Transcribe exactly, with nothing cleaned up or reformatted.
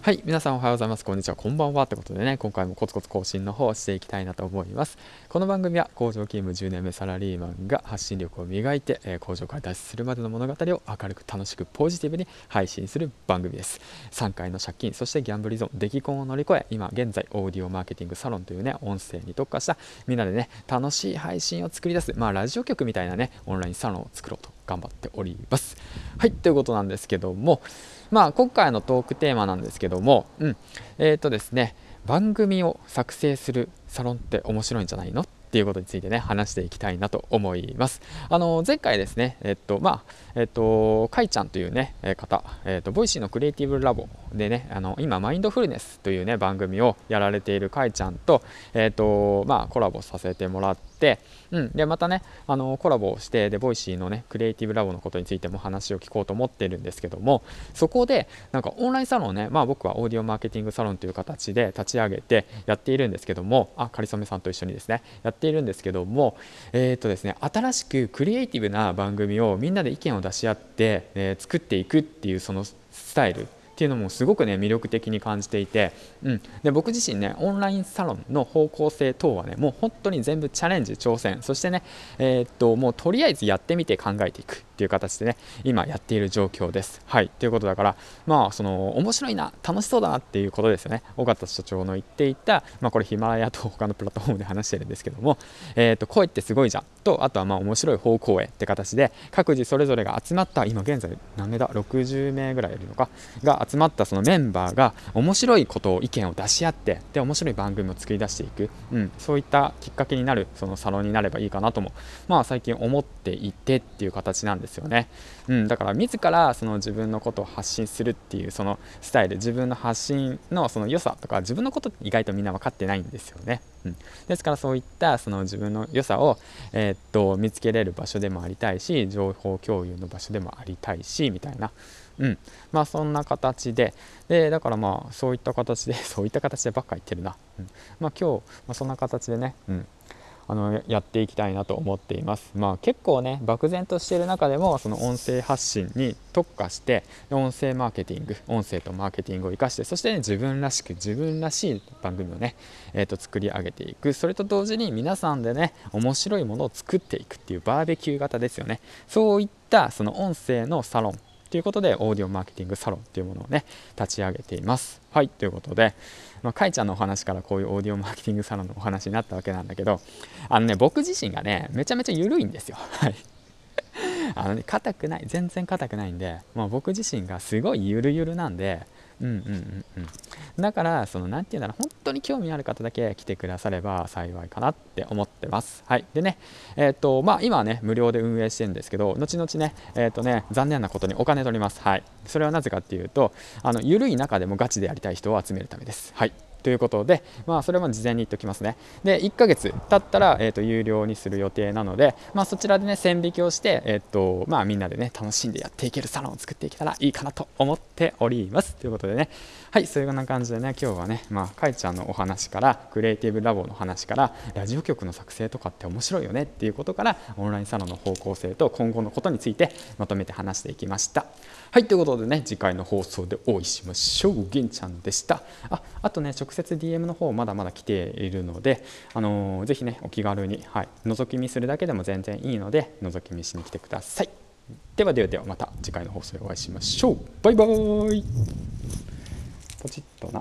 はい、皆さんおはようございます。こんにちは、こんばんはってことでね、今回もコツコツ更新の方をしていきたいなと思います。この番組は工場勤務じゅうねんめサラリーマンが発信力を磨いて、えー工場から脱出するまでの物語を明るく楽しくポジティブに配信する番組です。さんかいの借金、そしてギャンブル依存、出来婚を乗り越え、今現在オーディオマーケティングサロンというね、音声に特化したみんなでね、楽しい配信を作り出す、まあラジオ局みたいなね、オンラインサロンを作ろうと頑張っております。はい、ということなんですけども、まあ今回のトークテーマなんですけども、うん、えーとですね、番組を作成するサロンって面白いんじゃないのっていうことについてね、話していきたいなと思います。あの前回ですね、えっとまあえっとかいちゃんというね方、えっとボイシーのクリエイティブラボでね、あの今マインドフルネスというね番組をやられているかいちゃんと、えっとまあコラボさせてもらって、うん、でまたねあのコラボをしてでボイシーのねクリエイティブラボのことについても話を聞こうと思ってるんですけども、そこでなんかオンラインサロンをね、まあ僕はオーディオマーケティングサロンという形で立ち上げてやっているんですけども、あ、かりそめさんと一緒にですねやっているんですけども、えーとですね新しくクリエイティブな番組をみんなで意見を出し合って、えー作っていくっていうそのスタイルっていうのもすごくね魅力的に感じていて、うん、で僕自身ねオンラインサロンの方向性等はねもう本当に全部チャレンジ挑戦、そしてねえーっともうとりあえずやってみて考えていくっていう形でね今やっている状況です。はい、ということだから、まあその面白いな楽しそうだなっていうことですよね。尾形社長の言っていた、まあ、これヒマラヤと他のプラットフォームで話してるんですけども、えーっと声ってすごいじゃんと、あとはまあ面白い方向へって形で各自それぞれが集まった、今現在何名だろくじゅうめいぐらいいるのかが集まったそのメンバーが面白いことを意見を出し合って、で面白い番組を作り出していく、うん、そういったきっかけになるそのサロンになればいいかなとも、まあ、最近思っていてっていう形なんですよね。うん、だから自らその自分のことを発信するっていうそのスタイル、自分の発信のその良さとか自分のこと意外とみんな分かってないんですよね。うん、ですからそういったその自分の良さを、えーっと見つけれる場所でもありたいし、情報共有の場所でもありたいしみたいな、うん、まあそんな形で、でだからまあそういった形でそういった形でばっか言ってるな、うん、まあ今日、まあ、そんな形でね、うん、あのやっていきたいなと思っています。まあ結構ね漠然としている中でもその音声発信に特化して音声マーケティング、音声とマーケティングを生かして、そして、ね、自分らしく自分らしい番組をね、えー、と作り上げていく、それと同時に皆さんでね面白いものを作っていくっていうバーベキュー型ですよね。そういったその音声のサロンということでオーディオマーケティングサロンというものをね立ち上げています。はい、ということで、まあ、かいちゃんのお話からこういうオーディオマーケティングサロンのお話になったわけなんだけど、あのね僕自身がねめちゃめちゃ緩いんですよ。はいあのね硬くない、全然硬くないんで、まあ、僕自身がすごいゆるゆるなんで、うんうんうんうんだからそのなんていうんだろう、本当に興味ある方だけ来てくだされば幸いかなって思ってます。はい、でねえっ、とまあ今はね無料で運営してるんですけど、後々ねえっ、とね残念なことにお金取ります。はい、それはなぜかっていうと、あの緩い中でもガチでやりたい人を集めるためです。はい、ということで、まあ、それも事前に言っておきますね。で、いっかげつ経ったら、えーと、有料にする予定なので、まあ、そちらでね、線引きをして、えーとまあ、みんなでね、楽しんでやっていけるサロンを作っていけたらいいかなと思っております。ということでね、はい、そういうような感じでね、今日はね、まあ、かいちゃんのお話から、クリエイティブラボの話から、ラジオ局の作成とかって面白いよねっていうことから、オンラインサロンの方向性と今後のことについてまとめて話していきました。はい、ということでね、次回の放送でお会いしましょう。げんちゃんでした。あ、あとね、直接 ディーエム の方まだまだ来ているので、あのー、ぜひね、お気軽に、はい、覗き見するだけでも全然いいので、覗き見しに来てください。ではではではまた次回の放送でお会いしましょう。バイバーイ。ポチッとな。